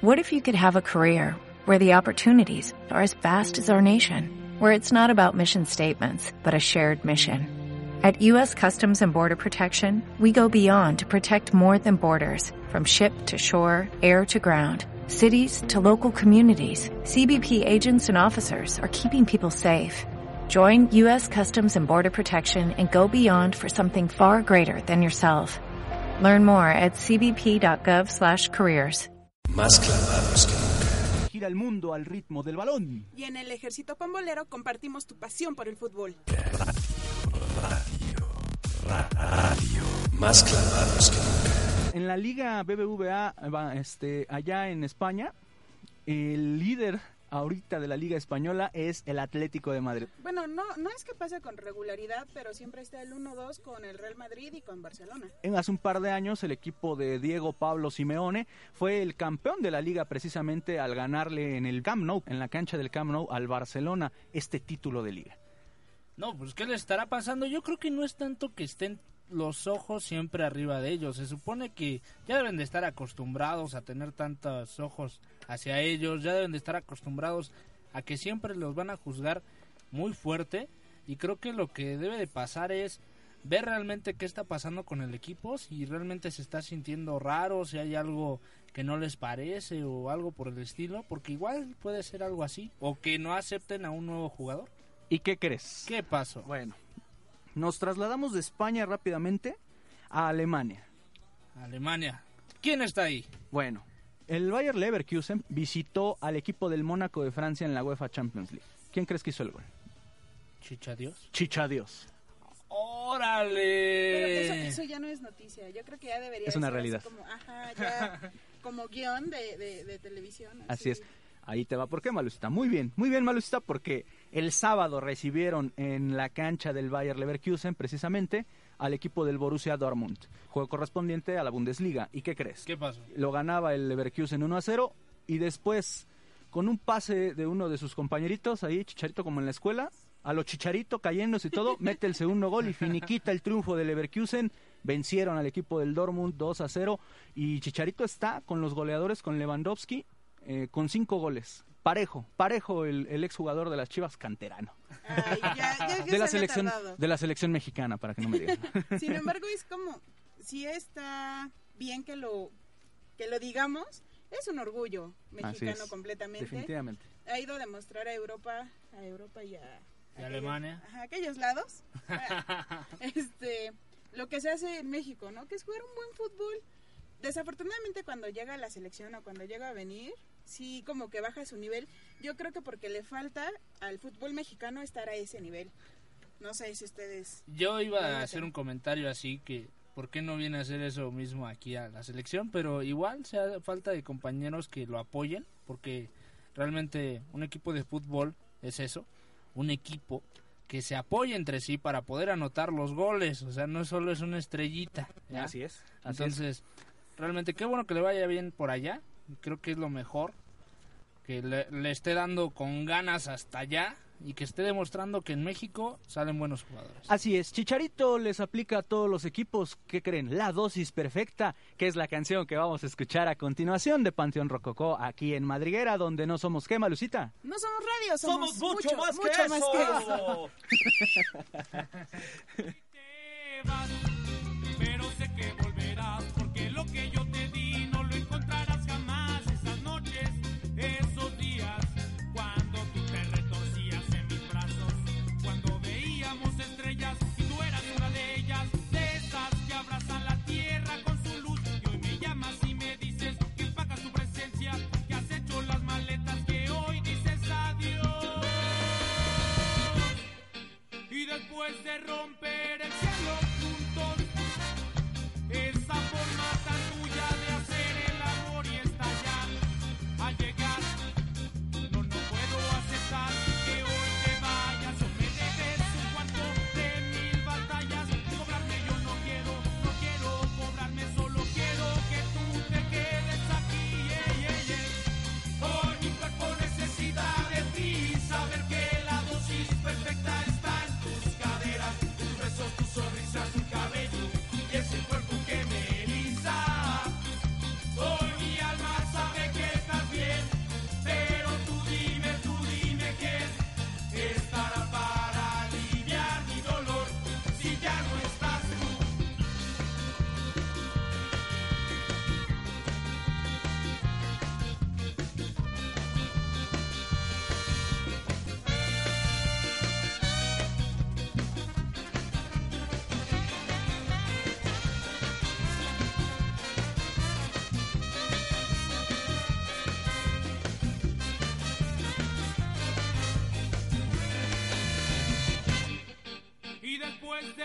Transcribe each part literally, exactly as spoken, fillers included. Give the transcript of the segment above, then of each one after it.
What if you could have a career where the opportunities are as vast as our nation, where it's not about mission statements, but a shared mission? At U S Customs and Border Protection, we go beyond to protect more than borders. From ship to shore, air to ground, cities to local communities, C B P agents and officers are keeping people safe. Join U S Customs and Border Protection and go beyond for something far greater than yourself. Learn more at cbp.gov slash careers. Más clavados que nunca. Gira el mundo al ritmo del balón. Y en el Ejército Pambolero compartimos tu pasión por el fútbol. Radio, radio. Más clavados que nunca. En la Liga B B V A, este, allá en España, el líder ahorita de la Liga Española es el Atlético de Madrid. Bueno, no, no es que pase con regularidad, pero siempre está el uno dos con el Real Madrid y con Barcelona. En hace un par de años el equipo de Diego Pablo Simeone fue el campeón de la Liga precisamente al ganarle en el Camp Nou, en la cancha del Camp Nou al Barcelona, este título de Liga. No, pues ¿qué le estará pasando? Yo creo que no es tanto que estén los ojos siempre arriba de ellos. Se supone que ya deben de estar acostumbrados a tener tantos ojos hacia ellos, ya deben de estar acostumbrados a que siempre los van a juzgar muy fuerte, y creo que lo que debe de pasar es ver realmente qué está pasando con el equipo, si realmente se está sintiendo raro, si hay algo que no les parece o algo por el estilo, porque igual puede ser algo así, o que no acepten a un nuevo jugador. ¿Y qué crees? ¿Qué pasó? Bueno, nos trasladamos de España rápidamente a Alemania. Alemania. ¿Quién está ahí? Bueno, el Bayer Leverkusen visitó al equipo del Mónaco de Francia en la UEFA Champions League. ¿Quién crees que hizo el gol? ¿Chichadios? Chichadios. ¡Órale! Pero eso, eso ya no es noticia. Yo creo que ya debería es una ser realidad. Así como, ajá, ya, como guión de, de, de televisión. Así. Así es. Ahí te va. ¿Por qué, Malucita? Muy bien, muy bien, Malucita, porque el sábado recibieron en la cancha del Bayer Leverkusen precisamente al equipo del Borussia Dortmund, juego correspondiente a la Bundesliga. ¿Y qué crees? ¿Qué pasó? Lo ganaba el Leverkusen uno a cero y después, con un pase de uno de sus compañeritos, ahí Chicharito como en la escuela, a lo Chicharito cayéndose y todo, mete el segundo gol y finiquita el triunfo del Leverkusen. Vencieron al equipo del Dortmund dos a cero y Chicharito está con los goleadores, con Lewandowski, eh, con cinco goles. Parejo, parejo el, el exjugador de las Chivas, canterano. Ay, ya, ya, ya de la se había selección tardado. de la selección mexicana, para que no me digan. Sin embargo, es como, si está bien que lo que lo digamos, es un orgullo mexicano completamente. Definitivamente. Ha ido a demostrar a Europa, a Europa y a, ¿Y a Alemania? Ajá, aquellos lados. este, lo que se hace en México, ¿no? Que es jugar un buen fútbol. Desafortunadamente cuando llega a la selección o cuando llega a venir, sí como que baja su nivel. Yo creo que porque le falta al fútbol mexicano estar a ese nivel. No sé si ustedes... Yo iba a hacer un comentario así que ¿por qué no viene a hacer eso mismo aquí a la selección? Pero igual se hace falta de compañeros que lo apoyen, porque realmente un equipo de fútbol es eso, un equipo que se apoye entre sí para poder anotar los goles, o sea, no solo es una estrellita, ¿ya? Así es. Así Entonces, es. realmente qué bueno que le vaya bien por allá, creo que es lo mejor, que le, le esté dando con ganas hasta allá y que esté demostrando que en México salen buenos jugadores. Así es, Chicharito les aplica a todos los equipos. ¿Qué creen? La dosis perfecta, que es la canción que vamos a escuchar a continuación de Panteón Rococó, aquí en Madriguera, donde no somos, ¿qué, Malucita? No somos radio, somos, Somos mucho, mucho, más, mucho que más eso. que eso. Te vas, pero sé que volverás, porque lo que yo te di no lo encontrarás jamás. Esas noches, esos días, cuando tú te retorcías en mis brazos, cuando veíamos estrellas y tú eras una de ellas, de esas que abrazan la tierra con su luz. Y hoy me llamas y me dices que pagas tu presencia, que has hecho las maletas, que hoy dices adiós. Y después de romper el cielo juntos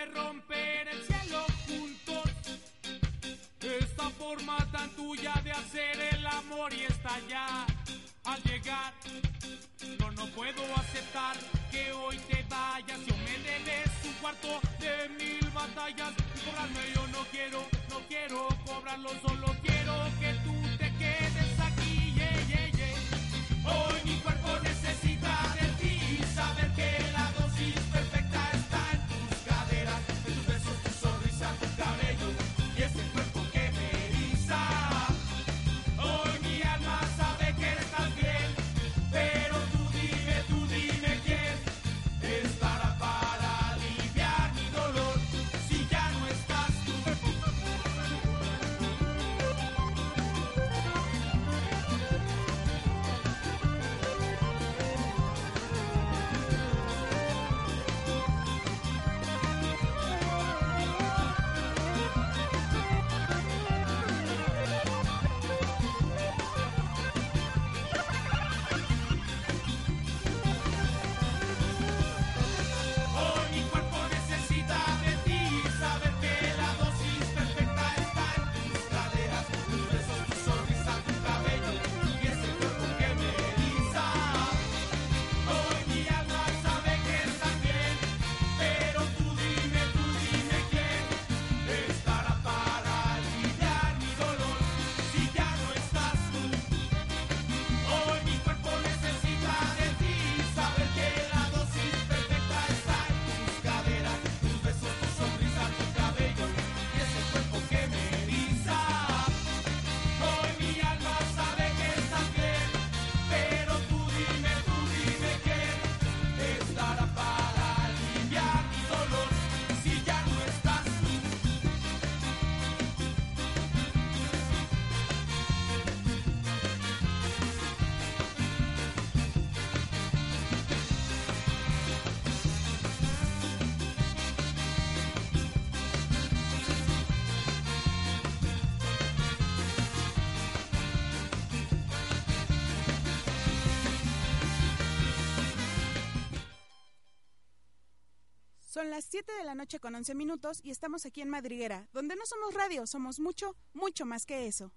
de romper el cielo juntos. Esta forma tan tuya de hacer el amor y está ya al llegar. No, no puedo aceptar que hoy te vayas. Yo me debes un cuarto de mil batallas. Y cobrarme yo no quiero, no quiero cobrarlo. Solo quiero que tú te quedes aquí, yeah, yeah, yeah. Hoy mi cuerpo necesita de ti. Saber que la dosis perfecta está en tus caderas, en tus besos, tu sonrisa, tu cabello y ese cuerpo que me eriza. Hoy mi alma sabe que estás bien, pero tú dime, tú dime quién estará para aliviar mi dolor si ya no estás tú. Hoy mi cuerpo necesita de ti, saber que la dosis perfecta está en tus caderas, tus besos, tu sonrisa, tu cabello y ese cuerpo que me eriza. Hoy mi alma sabe que estás bien, pero tú dime, tú dime quién estará para aliviar mi dolor si ya no estás tú. Hoy mi cuerpo necesita de ti, saber que la dosis perfecta está en tus caderas, tus besos, tu sonrisa, tu cabello y ese cuerpo que me eriza. Hoy mi alma sabe que estás bien, pero tú dime, tú dime quién estará para aliviar mi dolor si ya no estás tú. Son las siete de la noche con once minutos y estamos aquí en Madriguera, donde no somos radio, somos mucho, mucho más que eso.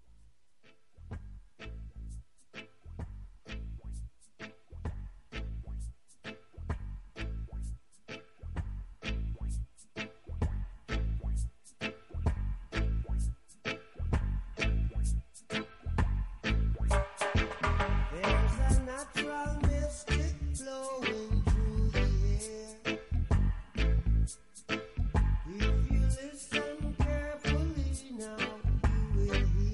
There's a natural mystic flowing through the air. If you listen carefully now, you will hear.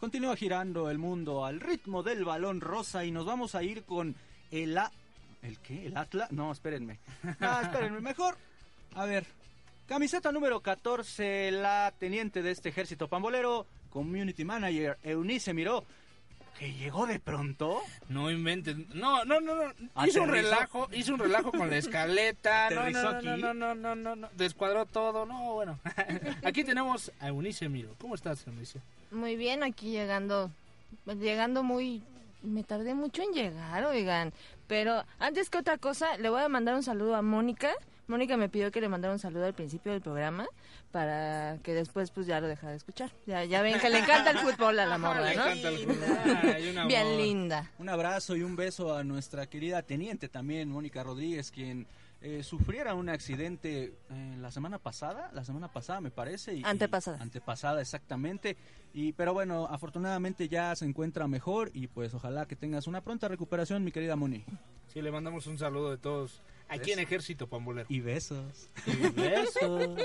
Continúa girando el mundo al ritmo del balón rosa y nos vamos a ir con el A... ¿El qué? ¿El Atlas? No, espérenme. Ah, espérenme, mejor. A ver, camiseta número catorce, la teniente de este ejército pambolero, Community Manager Eunice Miró, que llegó de pronto. No inventen. No, no, no, no. Hizo un Aterrizó. relajo, hizo un relajo con la escaleta. No, Aterrizó no, no, aquí. no, no, no, no, no. Descuadró todo. No, bueno. Aquí tenemos a Eunice Miro. ¿Cómo estás, Eunice? Muy bien, aquí llegando, llegando muy, me tardé mucho en llegar, oigan, pero antes que otra cosa, le voy a mandar un saludo a Mónica. Mónica me pidió que le mandara un saludo al principio del programa para que después pues ya lo dejara de escuchar. Ya, ya ven que le encanta el fútbol a la morra, Le ¿no? encanta el fútbol. Ay, un amor. Bien linda. Un abrazo y un beso a nuestra querida teniente también, Mónica Rodríguez, quien eh, sufriera un accidente eh, la semana pasada, la semana pasada me parece. Y, Antepasada. y- antepasada, exactamente. Y, pero bueno, afortunadamente ya se encuentra mejor y pues ojalá que tengas una pronta recuperación, mi querida Moni. Sí, le mandamos un saludo de todos. Aquí en Ejército Pambolero. Y besos. Y besos.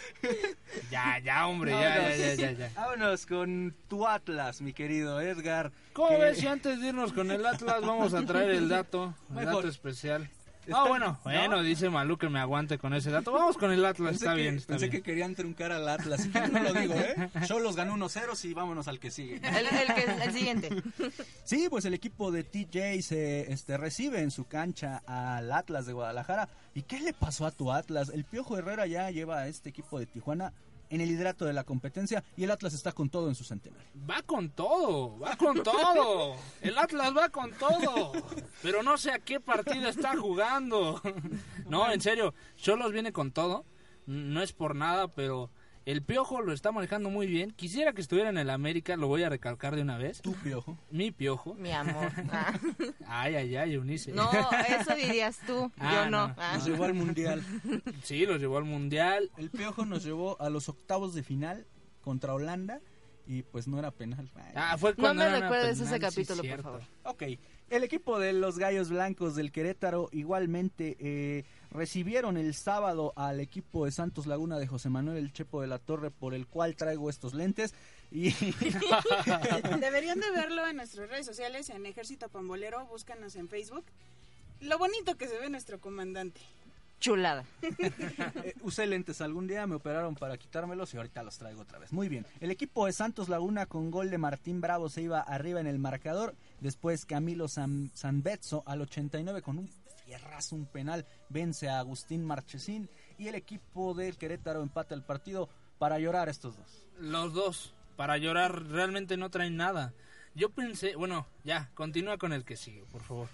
Ya, ya, hombre, ya, ya, ya, ya, ya. Vámonos con tu Atlas, mi querido Edgar. ¿Cómo que- ves si antes de irnos con el Atlas vamos a traer el dato, el Mejor. dato especial? Está- Ah, bueno, ¿no? bueno, dice Malú que me aguante con ese dato. Vamos con el Atlas, Pensé, está que, bien, está pensé bien. que querían truncar al Atlas, si quieres no lo digo, ¿eh? Yo los ganó uno cero y vámonos al que sigue. El, el, que- el siguiente. Sí, pues el equipo de T J se este, recibe en su cancha al Atlas de Guadalajara. ¿Y qué le pasó a tu Atlas? El Piojo Herrera ya lleva a este equipo de Tijuana en el liderato de la competencia y el Atlas está con todo en su centenario. Va con todo, va con todo. El Atlas va con todo. Pero no sé a qué partido está jugando. No, en serio, Cholos viene con todo. No es por nada, pero el Piojo lo está manejando muy bien. Quisiera que estuviera en el América, lo voy a recalcar de una vez. Tu Piojo. Mi Piojo. Mi amor. Ah. Ay, ay, ay, Eunice. No, eso dirías tú, Ah, yo no. no. Ah. Nos llevó al Mundial. Sí, los llevó al Mundial. El Piojo nos llevó a los octavos de final contra Holanda y pues no era penal. Ay, Ah, fue No cuando me era una recuerdes penal, ese sí, capítulo, por cierto. favor. Ok, el equipo de los Gallos Blancos del Querétaro igualmente eh, recibieron el sábado al equipo de Santos Laguna de José Manuel El Chepo de la Torre, por el cual traigo estos lentes. Y Deberían de verlo en nuestras redes sociales, en Ejército Pambolero, búscanos en Facebook. Lo bonito que se ve nuestro comandante. Chulada. eh, usé lentes algún día, me operaron para quitármelos y ahorita los traigo otra vez. Muy bien, el equipo de Santos Laguna con gol de Martín Bravo se iba arriba en el marcador. Después Camilo San, Sanbezzo al ochenta y nueve con un fierrazo, un penal, vence a Agustín Marchesín. Y el equipo del Querétaro empata el partido para llorar estos dos. Los dos, para llorar, realmente no traen nada. Yo pensé, bueno, ya, continúa con el que sigue, por favor.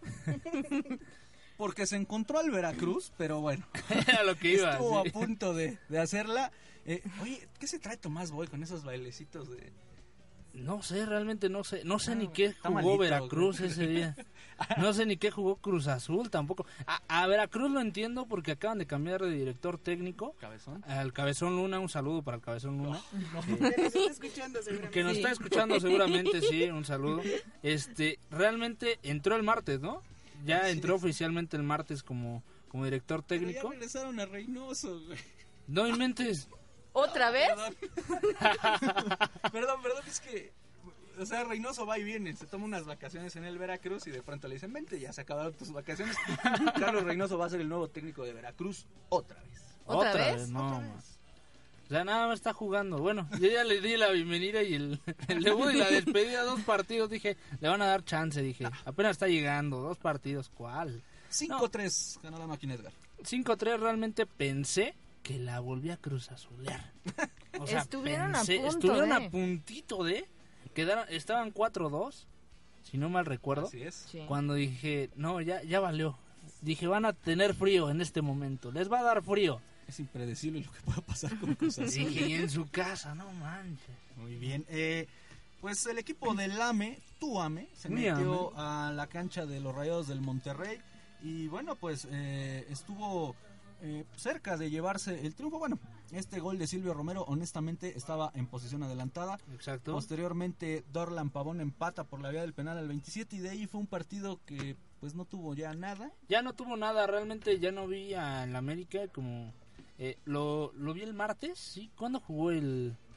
Porque se encontró al Veracruz, pero bueno, Era lo que iba. estuvo sí. a punto de, de hacerla. Eh, oye, ¿qué se trae Tomás Boy con esos bailecitos de...? No sé, realmente no sé. No sé ni qué está jugó malito, Veracruz güey. ese día. No sé ni qué jugó Cruz Azul tampoco. A, a Veracruz lo entiendo porque acaban de cambiar de director técnico. Cabezón. Al Cabezón Luna, un saludo para el Cabezón Luna. Que nos está escuchando seguramente. Que nos está escuchando seguramente, sí, un saludo. Este, realmente entró el martes, ¿no? Ya entró oficialmente el martes como, como director Pero ya técnico. regresaron a Reynoso, güey. No inventes. ¿Otra vez? Perdón, perdón, es que, o sea, Reynoso va y viene, se toma unas vacaciones en el Veracruz y de pronto le dicen, vente, ya se acabaron tus vacaciones. Carlos Reynoso va a ser el nuevo técnico de Veracruz otra vez. ¿Otra vez? No, Otra man. vez. O sea, nada más está jugando. Bueno, yo ya le di la bienvenida y el, el debut y la despedida, dos partidos. Dije, le van a dar chance, dije. Apenas está llegando, dos partidos, ¿cuál? cinco tres ganó la máquina Edgar. cinco tres realmente pensé que la volví a Cruz Azulear. O sea, Estuvieron a pensé- punto estuvieron de. a puntito de... Quedaron, estaban cuatro dos, si no mal recuerdo. Así es. Sí. Cuando dije, no, ya, ya valió. Dije, van a tener frío en este momento. Les va a dar frío. Es impredecible lo que pueda pasar con Cruz Azul. Dije, y en su casa, no manches. Muy bien. Eh, pues el equipo del AME, tu AME, se Mi metió a la cancha de los Rayados del Monterrey y bueno, pues eh, estuvo eh, cerca de llevarse el triunfo. Bueno, este gol de Silvio Romero honestamente estaba en posición adelantada. Exacto. Posteriormente Dorlan Pavón empata por la vía del penal al veintisiete y de ahí fue un partido que pues no tuvo ya nada. Ya no tuvo nada, realmente ya no vi a en la América como... Eh, lo, lo vi el martes, ¿sí? ¿Cuándo jugó el...?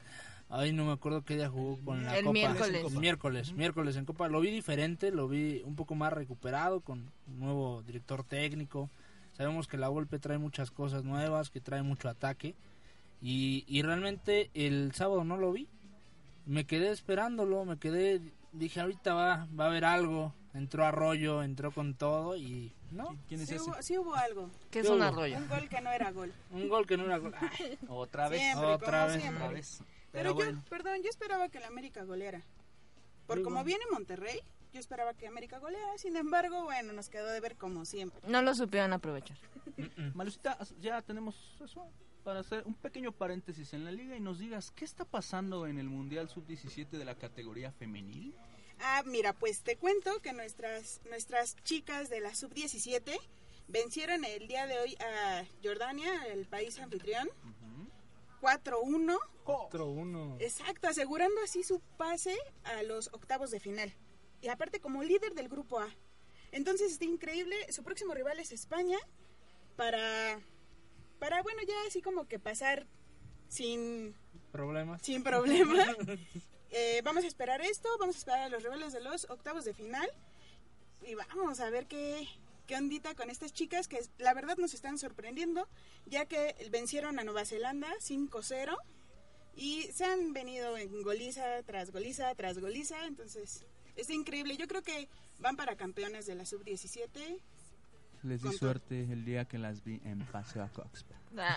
Ay, no me acuerdo qué día jugó con la El Copa. miércoles. El miércoles, miércoles en Copa. Lo vi diferente, lo vi un poco más recuperado con un nuevo director técnico. Sabemos que la Volpe trae muchas cosas nuevas, que trae mucho ataque. Y, y realmente el sábado no lo vi. Me quedé esperándolo, me quedé... Dije, ahorita va, va a haber algo. Entró Arroyo, entró con todo y... ¿no? ¿Quién es Sí ese? hubo, sí hubo algo. ¿Qué es Yo un lo- arroyo? Un gol que no era gol. Un gol que no era gol. Ay, Otra vez. Siempre, otra como vez. siempre. Otra vez. Pero, Pero yo, bueno. perdón, yo esperaba que el América goleara. Por Muy como bueno. viene Monterrey, yo esperaba que América goleara. Sin embargo, bueno, nos quedó de ver como siempre. No lo supieron aprovechar. Malucita, ya tenemos eso para hacer un pequeño paréntesis en la liga y nos digas qué está pasando en el Mundial sub diecisiete de la categoría femenil. Ah, mira, pues te cuento que nuestras nuestras chicas de la sub diecisiete vencieron el día de hoy a Jordania, el país anfitrión, cuatro uno. Otro uno. Exacto, asegurando así su pase a los octavos de final. Y aparte como líder del grupo A. Entonces está increíble. Su próximo rival es España. Para, para bueno, ya así como que pasar sin, Problemas. sin problema. Eh, vamos a esperar esto, vamos a esperar a los rivales de los octavos de final. Y vamos a ver qué, qué ondita con estas chicas que la verdad nos están sorprendiendo, ya que vencieron a Nueva Zelanda cinco cero. Y se han venido en goliza tras goliza tras goliza, entonces es increíble. Yo creo que van para campeones de la sub diecisiete. Les di Con suerte el día que las vi en Paseo a Coxpa.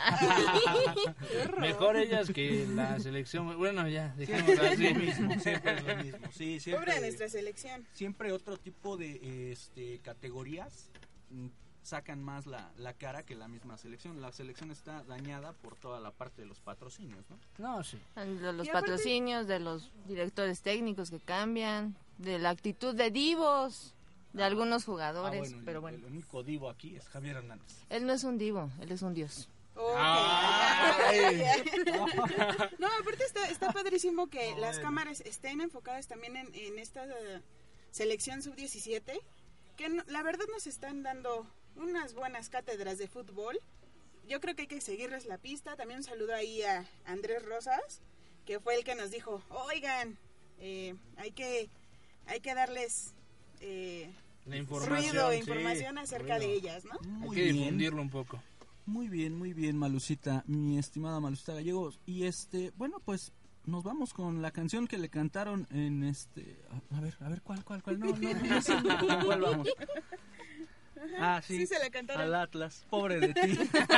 Mejor ellas que la selección. Bueno, ya, dejemos Siempre es así. lo mismo, siempre es lo mismo. Sí, siempre, Pobre de nuestra selección. siempre otro tipo de este, categorías mm, sacan más la, la cara que la misma selección. La selección está dañada por toda la parte de los patrocinios, ¿no? No, sí. De los Y aparte- patrocinios, de los directores técnicos que cambian, de la actitud de divos, de algunos jugadores, Ah, bueno, pero el, bueno. el único divo aquí es Javier Hernández. Él no es un divo, él es un dios. Ok. Ay. No, aparte está, está padrísimo que las cámaras estén enfocadas también en, en esta eh, selección sub diecisiete, que no- la verdad nos están dando unas buenas cátedras de fútbol. Yo creo que hay que seguirles la pista. También un saludo ahí a Andrés Rosas, que fue el que nos dijo, oigan, eh, hay que hay que darles eh, La información. ruido, sí, información acerca ruido. de ellas, ¿no? Hay Muy que bien, difundirlo un poco. Muy bien, muy bien, Malucita, mi estimada Malucita Gallegos. Y este, bueno, pues nos vamos con la canción que le cantaron en este. A, a ver, a ver, ¿cuál, cuál, cuál? No, no, no, no sé con cuál vamos. Ah, sí. Sí, se la cantaron. Al Atlas, pobre de ti.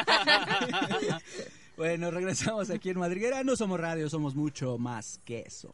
Bueno, regresamos aquí en Madriguera. No somos radio, somos mucho más que eso.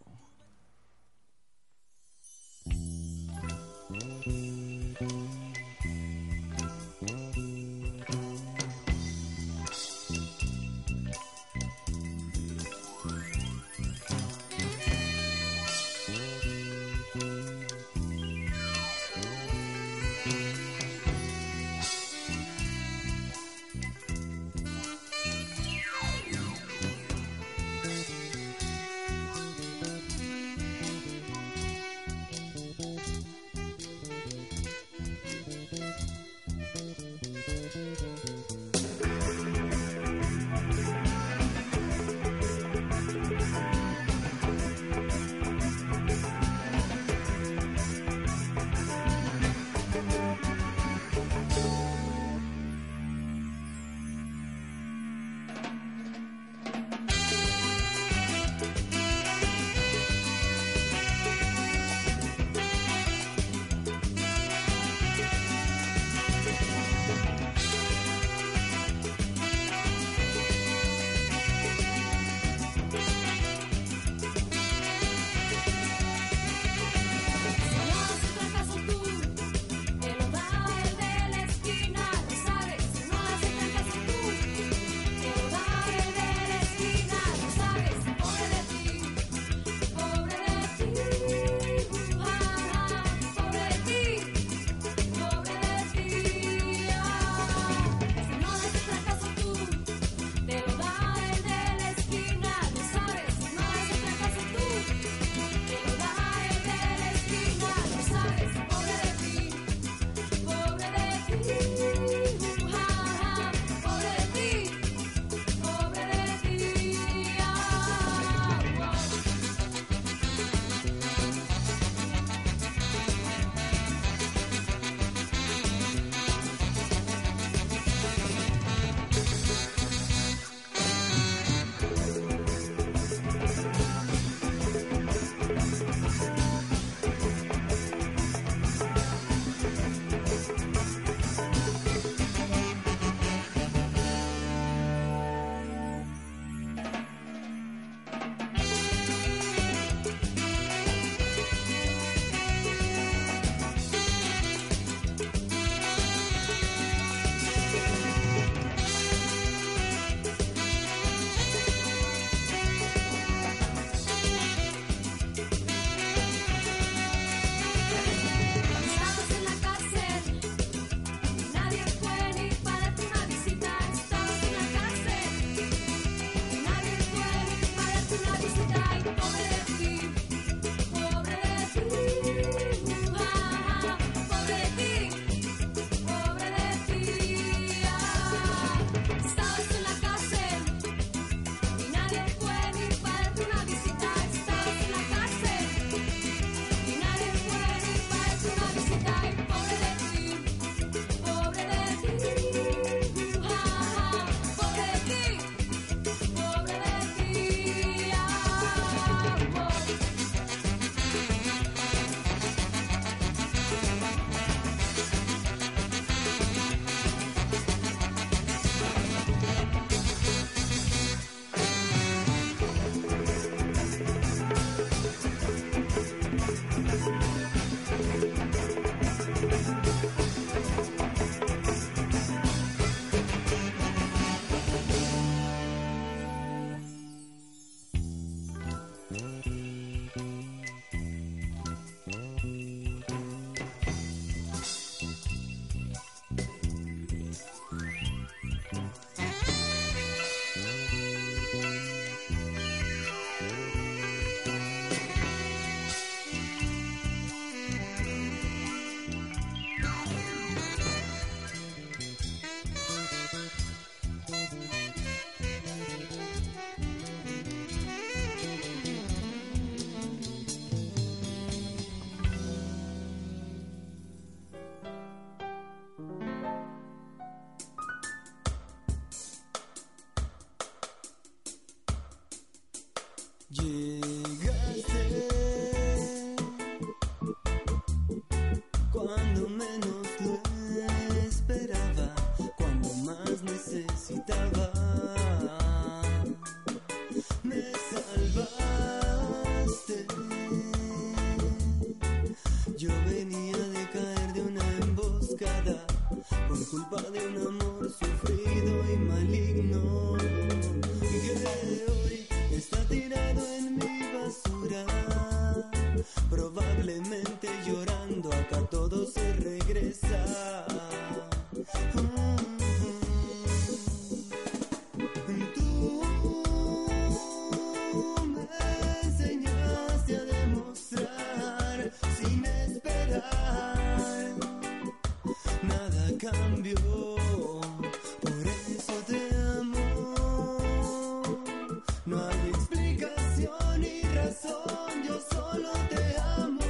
cambió. Por eso te amo. No hay explicación ni razón, yo solo te amo.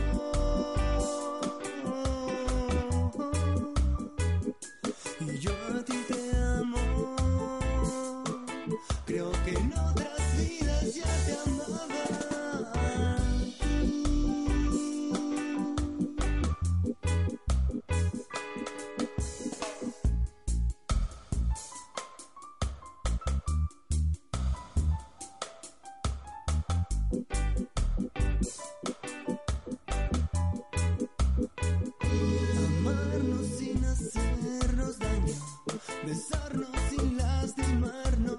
Y yo a ti te amo. Creo que en otras vidas ya te amaba. Amarnos sin hacernos daño, besarnos sin lastimarnos.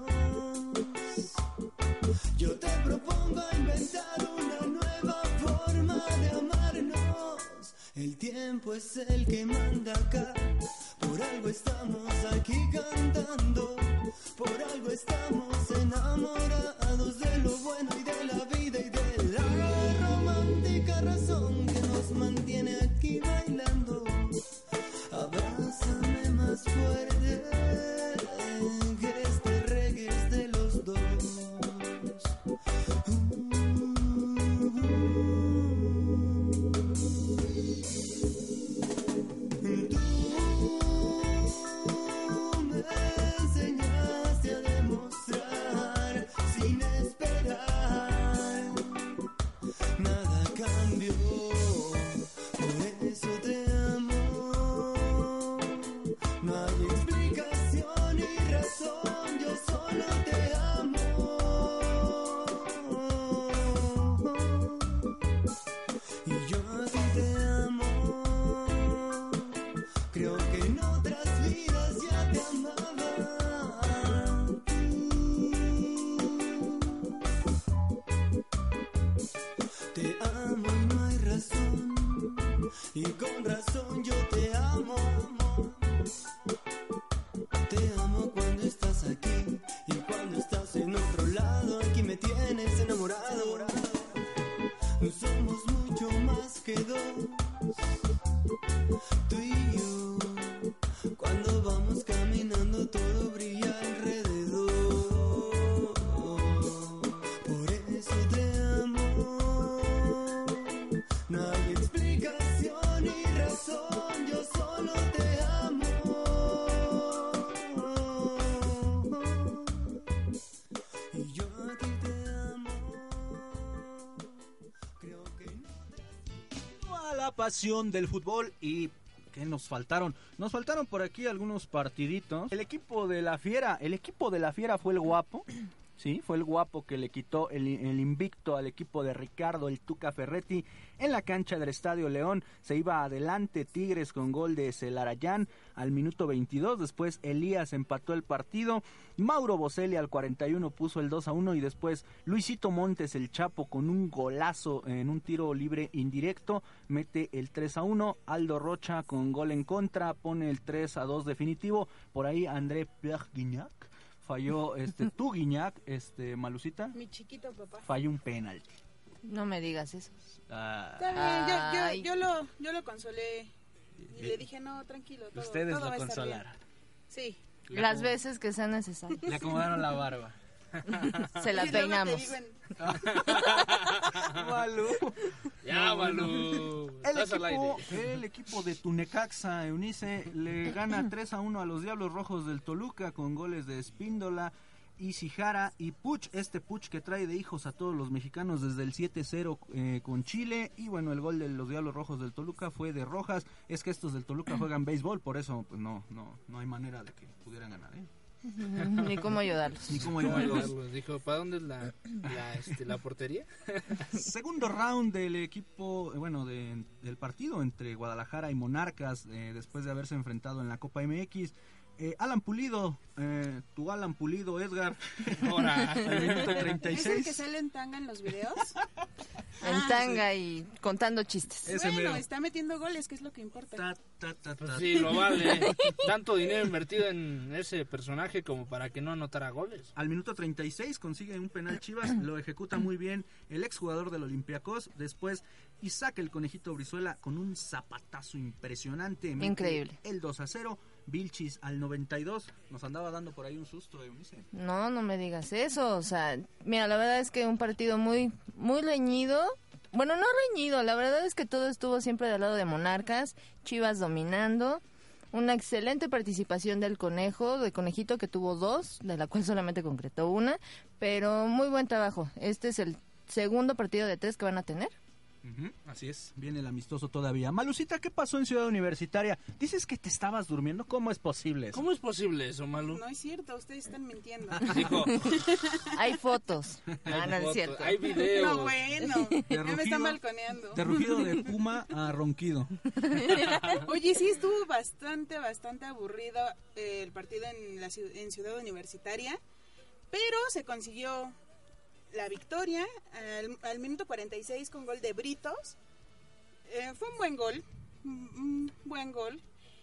Yo te propongo inventar una nueva forma de amarnos. El tiempo es el que manda acá. Por algo estamos aquí cantando. Por algo estamos enamorados de lo bueno y de la vida y de la romántica razón que nos mantiene aquí bailando. Abrázame más fuerte, que este reggae es de los dos. Tú me enseñaste a demostrar sin esperar. Nada cambió, por eso te amo. No hay explicación ni razón, yo solo te amo. Y yo a ti te amo. Creo que en otras vidas ya te amaba. Te amo y no hay razón. Y con razón yo te amo. Te amo cuando estás aquí y cuando estás en otro lado. Aquí me tienes enamorado. Somos mucho más que dos, tú y yo. Cuando vamos caminando todo brilla alrededor. Por eso te amo. No hay explicación ni razón, yo solo te amo. Y yo a ti te amo. Creo que no. A la pasión del fútbol. Y ¿qué nos faltaron? Nos faltaron por aquí algunos partiditos. El equipo de la Fiera, el equipo de la Fiera fue el guapo. Sí, fue el guapo que le quitó el, el invicto al equipo de Ricardo el Tuca Ferretti en la cancha del Estadio León. Se iba adelante Tigres con gol de Celarayán al minuto veintidós. Después Elías empató el partido. Mauro Boselli al cuarenta y uno puso el dos a uno. Y después Luisito Montes, el Chapo, con un golazo en un tiro libre indirecto, mete el tres a uno. Aldo Rocha con gol en contra pone el tres a dos definitivo. Por ahí André Pierre Guignac falló, este, tú Guiñac, este, Malucita, Mi chiquito papá. falló un penalti. No me digas eso. Ah, Está bien, yo, Ay. yo, yo, lo, yo lo consolé. Y le dije, no, tranquilo, todo, ustedes todo lo va a estar consolaron. bien. Sí. Le Las acom- veces que sean necesarias. Le acomodaron la barba. Se la Y luego te peinamos. digo en- Malú. Ya, Malú. El Estás al equipo, aire. el equipo de Tunecaxa Eunice le gana tres a uno a los Diablos Rojos del Toluca con goles de Espíndola y Sijara y Puch, este Puch que trae de hijos a todos los mexicanos desde el siete cero eh, con Chile. Y bueno, el gol de los Diablos Rojos del Toluca fue de Rojas. Es que estos del Toluca juegan béisbol, por eso pues no, no, no hay manera de que pudieran ganar, ¿eh? Ni cómo ayudarlos. Ni cómo ¿Cómo ayudarlos. ayudarlos? Dijo, ¿para dónde es la, la, este, la portería? Segundo round del equipo, eh, bueno, de- del partido entre Guadalajara y Monarcas, eh, después de haberse enfrentado en la Copa M X. Eh, Alan Pulido, eh, tu Alan Pulido, Edgar, Ahora. al minuto treinta y ¿Es el que seis. sale en tanga en los videos? En Ah, tanga y contando chistes. Ese bueno, mero. está metiendo goles, que es lo que importa. Ta, ta, ta, Pues ta. sí, lo vale. Tanto dinero invertido en ese personaje como para que no anotara goles. Al minuto treinta y seis consigue un penal Chivas, lo ejecuta muy bien el exjugador del Olympiacos. Después Isaac el Conejito Brizuela con un zapatazo impresionante. mete Increíble. El dos a cero. Vilchis al noventa y dos. Nos andaba dando por ahí un susto, Eunice. No, no me digas eso, o sea, mira, la verdad es que un partido muy, muy reñido, bueno, no reñido, la verdad es que todo estuvo siempre del lado de Monarcas, Chivas dominando, una excelente participación del Conejo, de Conejito que tuvo dos, de la cual solamente concretó una, pero muy buen trabajo, este es el segundo partido de tres que van a tener. Uh-huh, así es, viene el amistoso todavía. Malucita, ¿qué pasó en Ciudad Universitaria? Dices que te estabas durmiendo, ¿cómo es posible eso? ¿Cómo es posible eso, Malu? No es cierto, ustedes están mintiendo. Dijo, Hay fotos. hay Ah, no es fotos, cierto. hay videos. No, bueno, ya me están balconeando. De rugido de puma a ronquido. Oye, sí, estuvo bastante, bastante aburrido eh, el partido en, la, ciu- en Ciudad Universitaria, pero se consiguió la victoria al, al minuto cuarenta y seis con gol de Britos. Eh, fue un buen gol, un buen gol,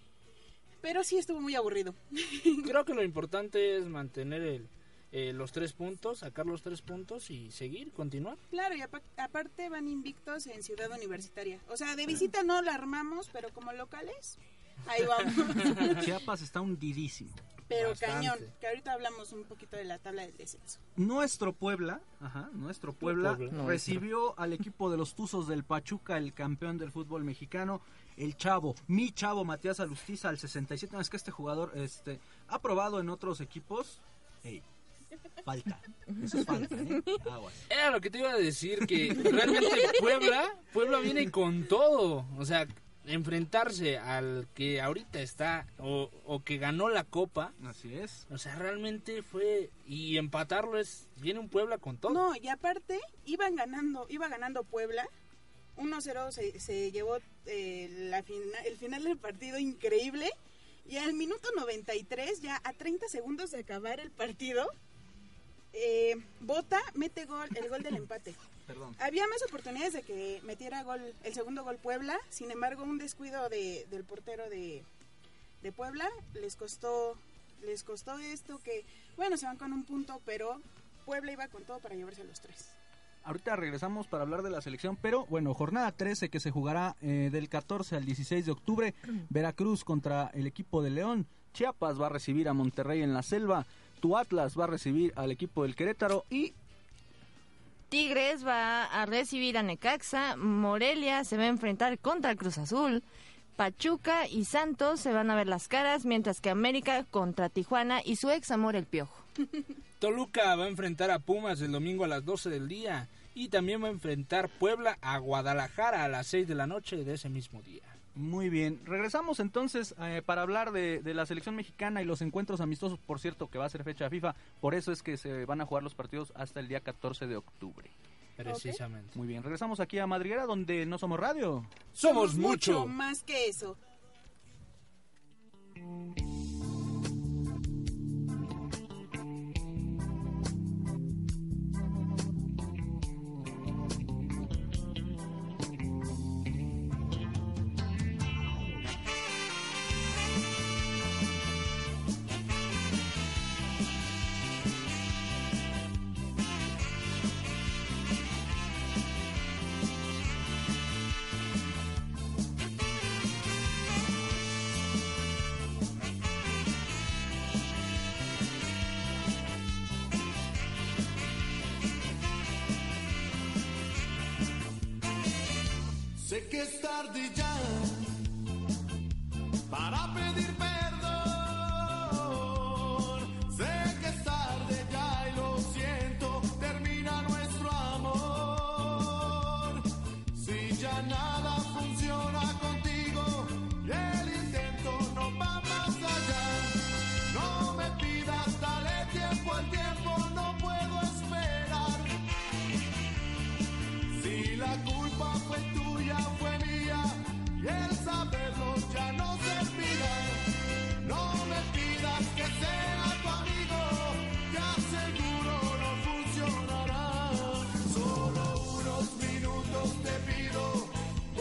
pero sí estuvo muy aburrido. Creo que lo importante es mantener el, eh, los tres puntos, sacar los tres puntos y seguir, continuar. Claro, y apa- aparte van invictos en Ciudad Universitaria. O sea, de visita no la armamos, pero como locales, ahí vamos. Chiapas está hundidísimo. Pero Bastante. cañón, que ahorita hablamos un poquito de la tabla del descenso. Nuestro Puebla, ajá, nuestro Puebla, Puebla. recibió al equipo de los Tuzos del Pachuca, el campeón del fútbol mexicano, el chavo, mi chavo Matías Alustiza al sesenta y siete. No, es que este jugador este, ha probado en otros equipos. Ey, falta, eso es falta, ¿eh? Aguas. Era lo que te iba a decir, que realmente Puebla, Puebla viene con todo, o sea, enfrentarse al que ahorita está o, o que ganó la Copa, Así es. o sea, realmente fue, y empatarlo es, viene un Puebla con todo. No, y aparte, iban ganando, iba ganando Puebla. uno cero se, se llevó eh, la fina- el final del partido increíble. Y al minuto noventa y tres, ya a treinta segundos de acabar el partido, eh, Bota mete gol, el gol del empate. Perdón. Había más oportunidades de que metiera gol, el segundo gol Puebla, sin embargo un descuido de, del portero de, de Puebla les costó, les costó esto que, bueno, se van con un punto, pero Puebla iba con todo para llevarse los tres. Ahorita regresamos para hablar de la selección, pero bueno, jornada trece que se jugará eh, del catorce al dieciséis de octubre, Veracruz contra el equipo de León, Chiapas va a recibir a Monterrey en la Selva, tu Atlas va a recibir al equipo del Querétaro y Tigres va a recibir a Necaxa, Morelia se va a enfrentar contra Cruz Azul, Pachuca y Santos se van a ver las caras, mientras que América contra Tijuana y su ex amor el Piojo. Toluca va a enfrentar a Pumas el domingo a las doce del día y también va a enfrentar Puebla a Guadalajara a las seis de la noche de ese mismo día. Muy bien, regresamos entonces eh, para hablar de, de la selección mexicana y los encuentros amistosos, por cierto que va a ser fecha FIFA, por eso es que se van a jugar los partidos hasta el día catorce de octubre. Precisamente. Muy bien, regresamos aquí a Madriguera donde no somos radio. Somos mucho. Más que eso. Sé que es tarde ya para pedir perdón. Sé que es tarde ya y lo siento, termina nuestro amor. Si ya nada funciona contigo y el intento no va más allá, no me pidas, dale tiempo al tiempo, no puedo esperar. Si la culpa fue tuya, fue mía, y el saberlo ya no servirá. No me pidas que sea tu amigo, ya seguro no funcionará. Solo unos minutos te pido,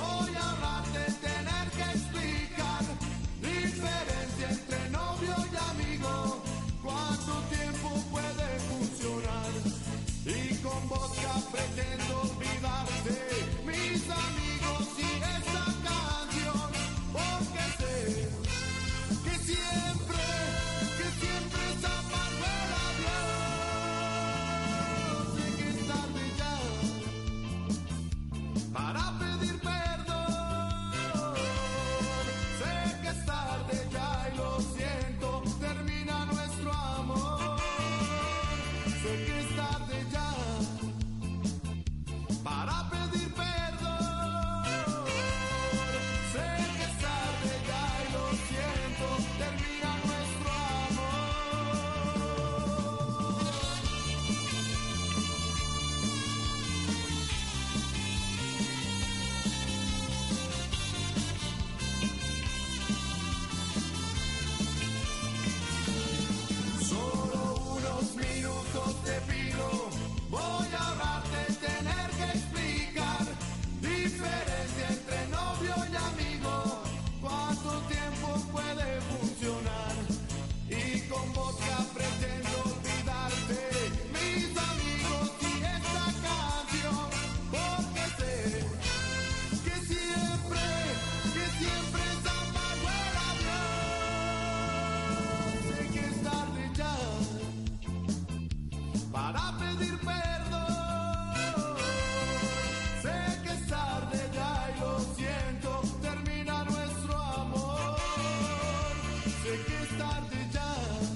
para pedir perdón. Sé que es tarde ya y lo siento, termina nuestro amor. Sé que es tarde ya para pedir perdón. Sé que es tarde ya y lo siento, termina nuestro amor. Solo unos minutos te pido, voy a ahorrarte tener que explicar diferencia entre novio y amigo, cuánto tiempo puede funcionar, y con vodka pretendo olvidarte, mis amigos y esta canción, porque sé que siempre, que siempre es amargo el adiós. Sé que es tarde ya para pedir perdón. Sé que es tarde ya y lo siento, termina nuestro amor. Sé que es tarde ya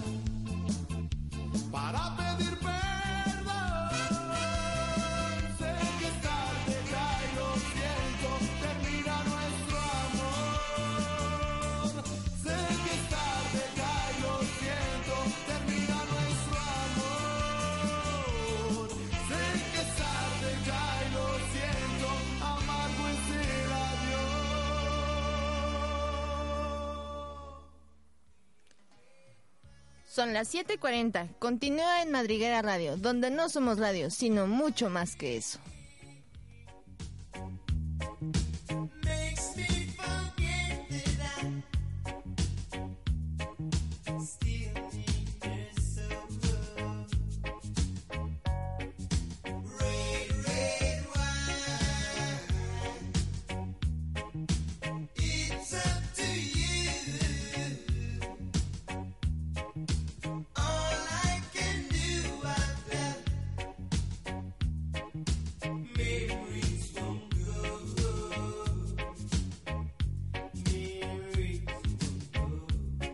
para pedir perdón. Sé que es tarde ya y lo siento, termina nuestro amor. Sé que es tarde ya y lo siento, termina nuestro amor. Sé que es tarde ya y lo siento, amargo es el adiós. Son las siete cuarenta. Continúa en Madriguera Radio, donde no somos radio, sino mucho más que eso. Makes me forget that I still need some love. Red, red wine. It's up to you. All I can do, I've left memories won't go. Memories won't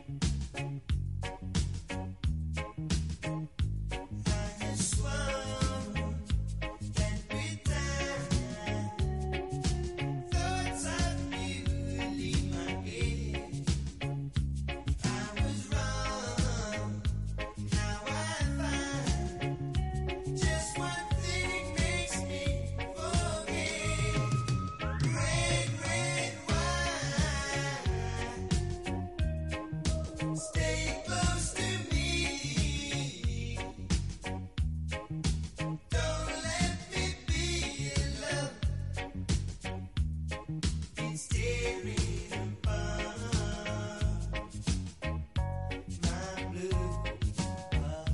go. I have sworn that with time, thoughts of you will leave my head. I was wrong, now I find just one thing makes me forget. Red, red wine, stay close to me. Don't let me be in love. It's tearing apart my blue heart.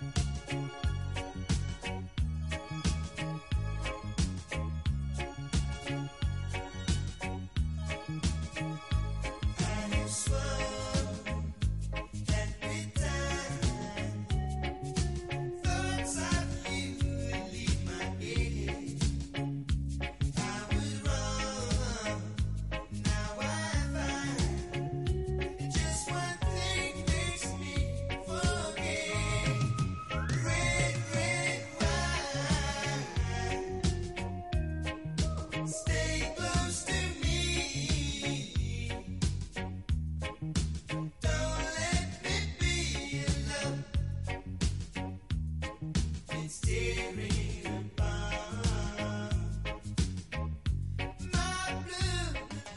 I have sworn that with time, thoughts of you will leave my head. I was wrong, now I find just one thing makes me forget. Red, red wine, stay close to me. Don't let me be in love. It's tearing apart my blue.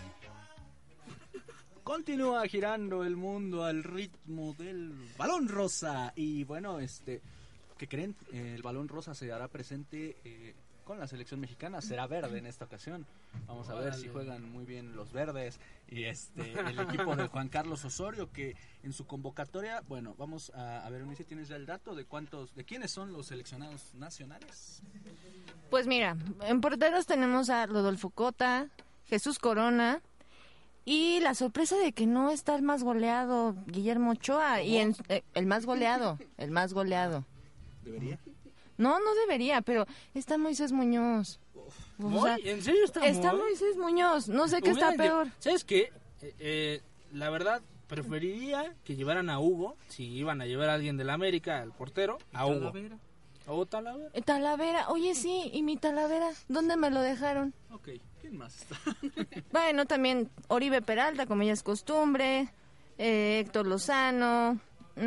Continúa girando el mundo al ritmo del balón rosa. Y bueno, este, ¿qué creen? Eh, el balón rosa se hará presente eh, con la selección mexicana. Será verde en esta ocasión. Vamos a ver si juegan muy bien los verdes. Y este, el equipo de Juan Carlos Osorio, que en su convocatoria, bueno, vamos a, a ver, Eunice, ¿tienes ya el dato de cuántos, de quiénes son los seleccionados nacionales? Pues mira, en porteros tenemos a Rodolfo Cota, Jesús Corona, y la sorpresa de que no está el más goleado, Guillermo Ochoa, y en, eh, el más goleado, el más goleado. ¿Debería? No, no debería, pero está Moisés Muñoz. O ¿Moy? sea, ¿En serio está Está Moy? Moisés Muñoz. No sé qué está Hubieran lle- peor. ¿Sabes qué? Eh, eh, la verdad, preferiría que llevaran a Hugo, si iban a llevar a alguien de la América, al portero, a Hugo. Talavera. O Talavera. Eh, Talavera. Oye, sí. ¿Y mi Talavera? ¿Dónde me lo dejaron? Ok, ¿quién más está? Bueno, también Oribe Peralta, como ya es costumbre. eh, Héctor Lozano.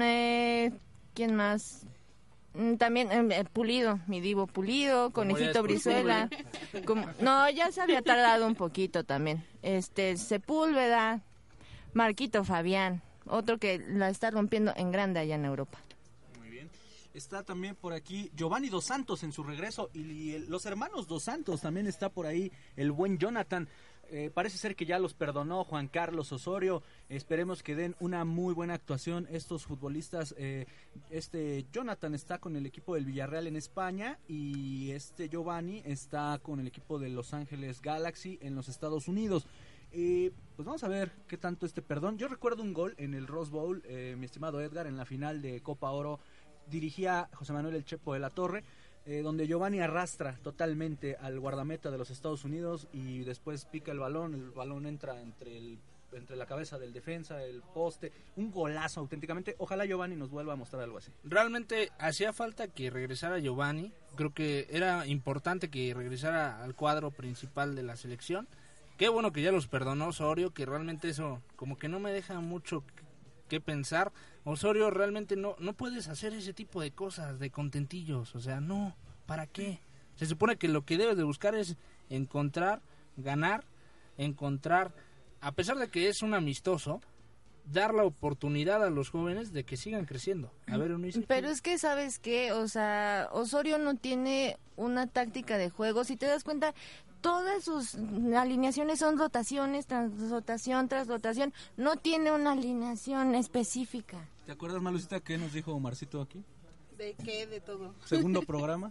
Eh, ¿Quién más? Mm, También eh, Pulido, mi divo Pulido, Como ya Conejito es Brizuela. Como- no, ya se había tardado un poquito también. Este, Sepúlveda, Marquito Fabián, otro que la está rompiendo en grande allá en Europa. Muy bien. Está también por aquí Giovanni Dos Santos en su regreso y el- los hermanos Dos Santos también está por ahí el buen Jonathan. Eh, parece ser que ya los perdonó Juan Carlos Osorio. Esperemos que den una muy buena actuación estos futbolistas. Eh, este Jonathan está con el equipo del Villarreal en España y este Giovanni está con el equipo de Los Ángeles Galaxy en los Estados Unidos. Eh, pues vamos a ver qué tanto este perdón. Yo recuerdo un gol en el Rose Bowl, eh, mi estimado Edgar, en la final de Copa Oro. Dirigía José Manuel El Chepo de la Torre. Eh, donde Giovanni arrastra totalmente al guardameta de los Estados Unidos y después pica el balón, el balón entra entre el entre la cabeza del defensa, el poste, un golazo auténticamente. Ojalá Giovanni nos vuelva a mostrar algo así. Realmente hacía falta que regresara Giovanni. Creo que era importante que regresara al cuadro principal de la selección. Qué bueno que ya los perdonó Osorio, que realmente eso como que no me deja mucho que pensar. Osorio, realmente no no puedes hacer ese tipo de cosas, de contentillos, o sea, no, ¿para qué? Se supone que lo que debes de buscar es encontrar, ganar, encontrar, a pesar de que es un amistoso, dar la oportunidad a los jóvenes de que sigan creciendo. A ver, Eunice, Pero es que, ¿sabes qué? O sea, Osorio no tiene una táctica de juego. Si te das cuenta, todas sus alineaciones son rotaciones tras rotación tras rotación. No tiene una alineación específica. ¿Te acuerdas, Malucita, qué nos dijo Omarcito aquí? ¿De qué? De todo. Segundo programa.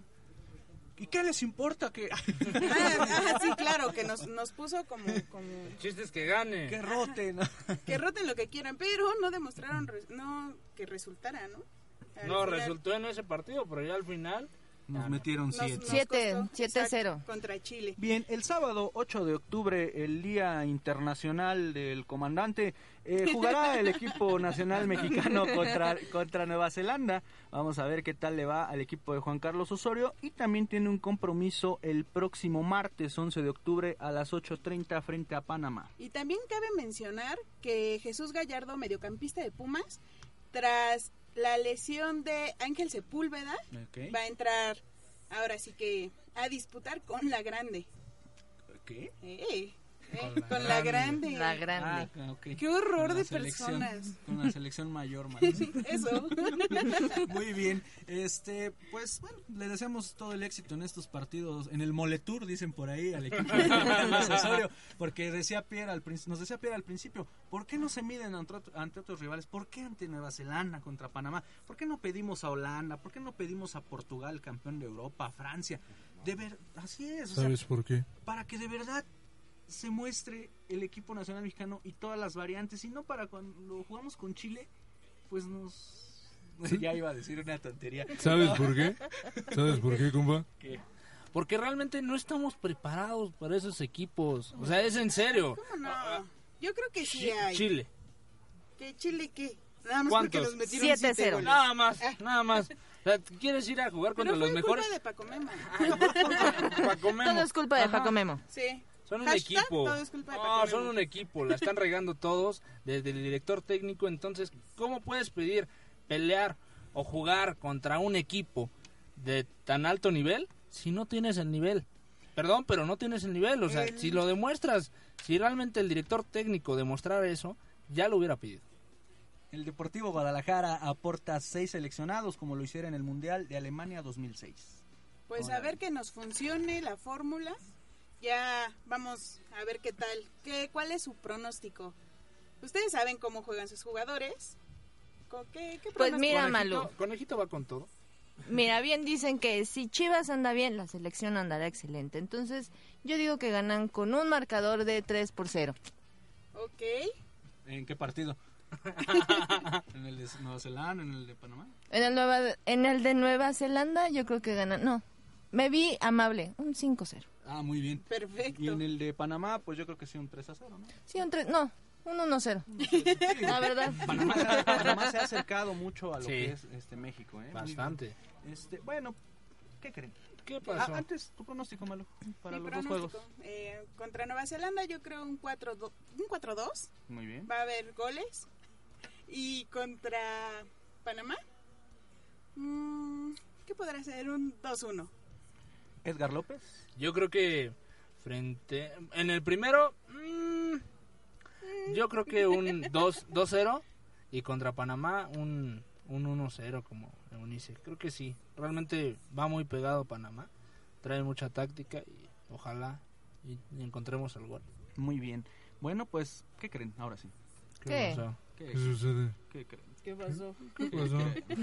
¿Y qué les importa que Ah, ah, sí, claro, que nos, nos puso como, como el chiste es que gane. que roten? que roten lo que quieran, pero no demostraron res- no que resultara, ¿no? Al No, final resultó en ese partido, pero ya al final... Nos metieron nos- siete. nos Siete, costó, siete exacto, cero. contra Chile. Bien, el sábado ocho de octubre, el Día Internacional del Comandante, eh, jugará el equipo nacional mexicano contra, contra Nueva Zelanda. Vamos a ver qué tal le va al equipo de Juan Carlos Osorio. Y también tiene un compromiso el próximo martes once de octubre a las ocho treinta frente a Panamá. Y también cabe mencionar que Jesús Gallardo, mediocampista de Pumas, tras la lesión de Ángel Sepúlveda, Okay. va a entrar ahora sí que a disputar con la grande. ¿Qué? Eh, eh, con la grande. La grande. Ah, ok. Qué horror Con la de selección- personas. Con la selección mayor, man. Eso. Muy bien, este, pues bueno, le deseamos todo el éxito en estos partidos, en el Moletour, dicen por ahí, al equipo de Carlos Osorio, porque decía Pierre al principio, nos decía Pierre al principio, ¿por qué no se miden ante, otro- ante otros rivales? ¿Por qué ante Nueva Zelanda contra Panamá? ¿Por qué no pedimos a Holanda? ¿Por qué no pedimos a Portugal, campeón de Europa, a Francia? De ver, así es, o sea, ¿Sabes por qué? para que de verdad se muestre el equipo nacional mexicano y todas las variantes, y no para cuando jugamos con Chile, pues nos... Ya iba a decir una tontería. ¿Sabes por qué? ¿Sabes por qué, compa? ¿Qué? Porque realmente no estamos preparados para esos equipos. O sea, es en serio. ¿Cómo no? Yo creo que sí Chi- hay. Chile. ¿Qué Chile qué? Nada más ¿Cuántos? porque nos metieron Siete siete cero. goles. Nada más, nada más. O sea, ¿quieres ir a jugar Pero contra fue los mejores? culpa de Paco Memo. Paco Memo. Todo es culpa de Ajá. Paco Memo. Sí. Son un Hashtag, equipo. todo es culpa de No, Paco son Memo. un equipo. La están regando todos desde el director técnico. Entonces, ¿cómo puedes pedir pelear o jugar contra un equipo de tan alto nivel si no tienes el nivel? Perdón, pero no tienes el nivel. O sea, El- si lo demuestras, si realmente el director técnico demostrara eso, ya lo hubiera pedido. El Deportivo Guadalajara aporta seis seleccionados, como lo hiciera en el Mundial de Alemania dos mil seis. Pues a Órale. ver que nos funcione la fórmula. Ya vamos a ver qué tal. ¿Qué, ¿Cuál es su pronóstico? Ustedes saben cómo juegan sus jugadores. ¿Con qué, qué Pues pronóstico? mira, Conejito- Malú. Conejito va con todo. Mira, bien dicen que si Chivas anda bien, la selección andará excelente. Entonces, yo digo que ganan con un marcador de tres por cero. Ok. ¿En qué partido? ¿En el de Nueva Zelanda? ¿En el de Panamá? En el, Nueva, en el de Nueva Zelanda, yo creo que ganan. No, me vi amable, un cinco cero. Ah, muy bien. Perfecto. Y en el de Panamá, pues yo creo que sí un tres a cero, ¿no? Sí, un tres, no, un uno cero. La verdad. Panamá, Panamá se ha acercado mucho a lo Sí. que es este México, ¿eh? Muy Bastante. bien. Este, bueno, ¿qué creen? ¿Qué pasó? Ah, antes, tu pronóstico, Malo, para Mi los dos pronóstico, juegos. eh, contra Nueva Zelanda yo creo un cuatro dos, un cuatro dos. Muy bien. Va a haber goles. Y contra Panamá, mm, ¿qué podrá ser? Un dos uno. Edgar López. Yo creo que frente... En el primero, mm, yo creo que un dos cero y contra Panamá un, un uno cero como Eunice. Creo que sí. Realmente va muy pegado Panamá. Trae mucha táctica y ojalá y, y encontremos el gol. Muy bien. Bueno, pues, ¿qué creen? Ahora sí. ¿Qué? pasó? ¿Qué, ¿Qué sucede? ¿Qué creen? ¿Qué pasó? ¿Qué pasó?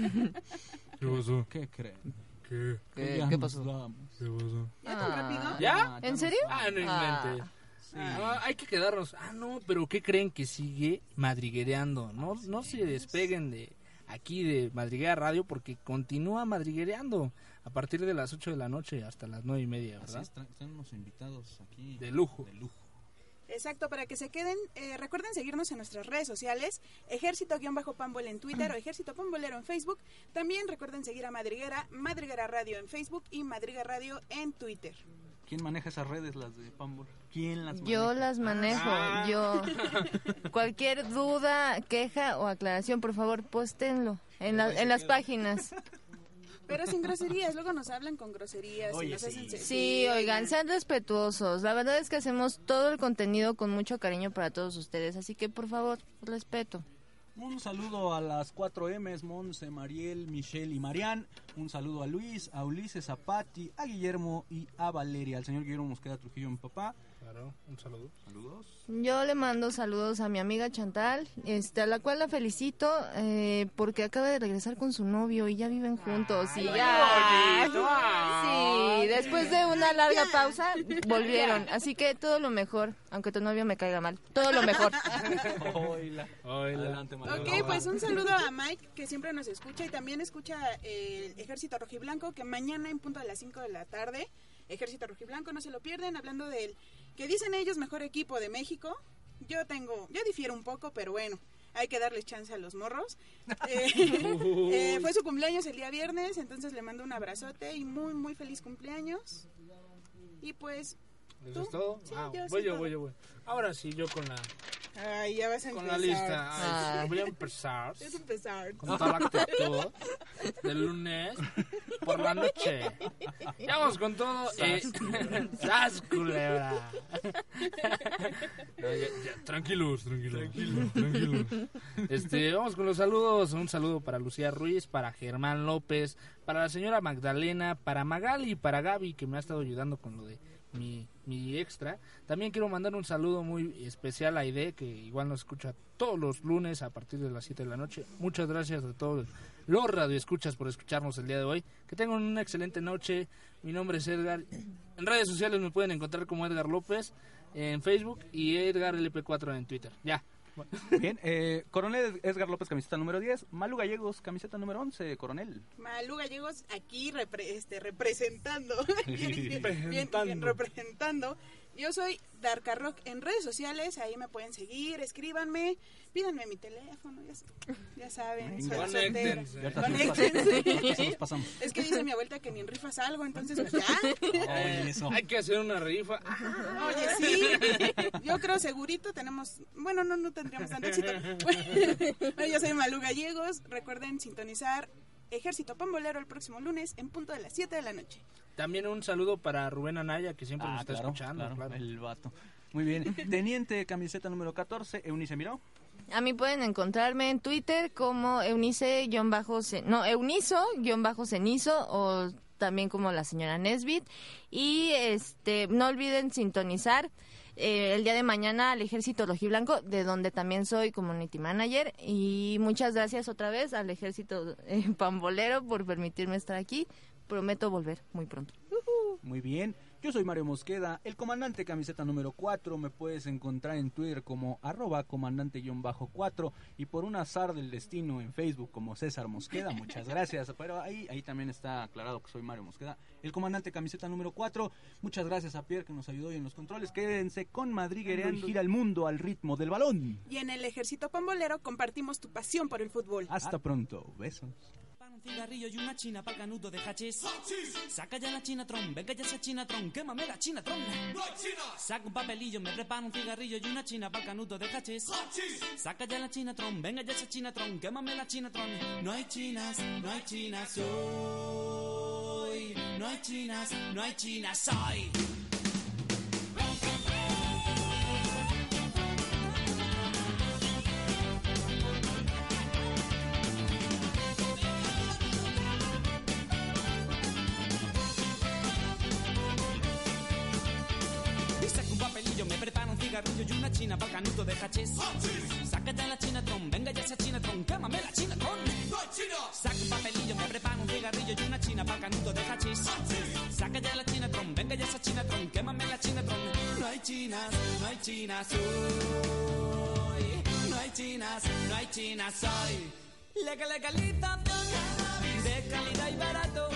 ¿Qué pasó? ¿Qué creen? ¿Qué? ¿Qué, Ya qué nos pasó? vamos. ¿Qué pasó? ¿Ya tan Ah. rápido? ¿Ya? ¿En nos serio? vamos. Ah, no Ah. inventes. Ah, hay que quedarnos. Ah, no, pero ¿qué creen? Que sigue madriguereando. No, no se despeguen de aquí de Madriguera Radio porque continúa madriguereando a partir de las ocho de la noche hasta las nueve y media, Así ¿verdad? es, tra- están unos invitados aquí. De lujo. De lujo. Exacto, para que se queden, eh, recuerden seguirnos en nuestras redes sociales, Ejército-Pambol en Twitter o Ejército Pambolero en Facebook. También recuerden seguir a Madriguera, Madriguera Radio en Facebook y Madriguera Radio en Twitter. ¿Quién maneja esas redes, las de Pambol? ¿Quién las maneja? Yo las manejo, Ah. yo. Cualquier duda, queja o aclaración, por favor, póstenlo en, la- en las páginas. Pero sin groserías, luego nos hablan con groserías. y Oye, nos sí. hacen se- Sí, oigan, sean respetuosos. La verdad es que hacemos todo el contenido con mucho cariño para todos ustedes, así que por favor, respeto. Un saludo a las cuatro M's, Monse, Mariel, Michelle y Marian. Un saludo a Luis, a Ulises, a Patti, a Guillermo y a Valeria. Al señor Guillermo Mosqueda Trujillo, mi papá. Claro, un saludo. Saludos. Yo le mando saludos a mi amiga Chantal, este, a la cual la felicito eh, porque acaba de regresar con su novio y ya viven juntos. y ya. Sí, después de una larga pausa volvieron. Así que todo lo mejor, aunque tu novio me caiga mal. Todo lo mejor. Hola. Hola. Adelante, Manuel. Ok, pues un saludo a Mike, que siempre nos escucha y también escucha eh, el Ejército Rojiblanco, que mañana en punto de las cinco de la tarde, Ejército Rojiblanco, no se lo pierden, hablando del que dicen ellos mejor equipo de México. Yo tengo, yo difiero un poco, pero bueno, hay que darles chance a los morros. Eh, eh, fue su cumpleaños el día viernes, entonces le mando un abrazote y muy, muy feliz cumpleaños. Y pues, ¿Eso ¿tú? es todo? Sí, Ah, yo voy sí, yo, todo. voy yo, voy. Ahora sí, yo con la, Ay, ya vas a con empezar. la lista. Ay, Ah. sí, voy a empezar Es empezar. con toda la actitud del lunes por la noche. Ya vamos con todo. eh, ¡Sas, culebra! No, ya- ya, Tranquilos, tranquilos. Tranquilos. Este, vamos con los saludos. Un saludo para Lucía Ruiz, para Germán López, para la señora Magdalena, para Magali y para Gaby, que me ha estado ayudando con lo de mi, mi extra. También quiero mandar un saludo muy especial a Aide, que igual nos escucha todos los lunes a partir de las siete de la noche. Muchas gracias a todos los radioescuchas por escucharnos el día de hoy. Que tengan una excelente noche. Mi nombre es Edgar. En redes sociales me pueden encontrar como Edgar López en Facebook y Edgar L P cuatro en Twitter. Ya. Bien, eh, Coronel Edgar López, camiseta número diez. Malu Gallegos, camiseta número once, Coronel. Malu Gallegos aquí repre- este, representando. bien, bien, representando. Yo soy Darka Rock en redes sociales, ahí me pueden seguir, escríbanme, pídanme mi teléfono, ya, s- ya saben, soy soltera. Conéctense. Ya está, Conéctense. se los pasamos. Es que dice mi abuelita que ni en rifas algo, entonces pues ya. Oye, eso. Hay que hacer una rifa. Oye, sí. Yo creo segurito tenemos, bueno, no, no tendríamos tanto éxito. Bueno, yo soy Malu Gallegos, recuerden sintonizar Ejército Pambolero el próximo lunes en punto de las siete de la noche. También un saludo para Rubén Anaya, que siempre nos está claro, escuchando. claro, claro. el vato. Muy bien. Teniente, camiseta número catorce, Eunice Miró. A mí pueden encontrarme en Twitter como Eunice-, Ce- no, Eunizo-Cenizo o también como la señora Nesbit. Y este no olviden sintonizar eh, el día de mañana al Ejército Rojiblanco, de donde también soy community manager. Y muchas gracias otra vez al Ejército eh, Pambolero por permitirme estar aquí. Prometo volver muy pronto. Muy bien. Yo soy Mario Mosqueda, el comandante camiseta número cuatro. Me puedes encontrar en Twitter como arroba comandante-cuatro y por un azar del destino en Facebook como César Mosqueda. Muchas gracias. Pero ahí, ahí también está aclarado que soy Mario Mosqueda, el comandante camiseta número cuatro. Muchas gracias a Pierre que nos ayudó hoy en los controles. Quédense con Madriguereando y gira el mundo al ritmo del balón. Y en el Ejército Pambolero compartimos tu pasión por el fútbol. Hasta pronto. Besos. Un cigarrillo y una china pa'l canuto de hachís. Saca ya la chinatron, venga ya esa chinatron, quémame la chinatron. ¡No hay chinas! Saca un papelillo, me preparo un cigarrillo y una china pa'l canuto de hachís. Saca ya la chinatron, venga ya esa chinatron, quémame la chinatron. No hay chinas, no hay chinas hoy. No hay chinas, no hay chinas hoy. Me preparo un cigarrillo y una china pa'l canuto de hachís. Saca ya la chinatron, venga ya esa chinatron, quémame la chinatron. ¡No hay china! Saca un papelillo, me preparo un cigarrillo y una china pa'l canuto de hachís. Saca ya la chinatron, venga ya esa chinatron, quémame la chinatron. No hay chinas, no hay chinas hoy. No hay chinas, no hay chinas hoy. Legal, legalización de calidad y barato.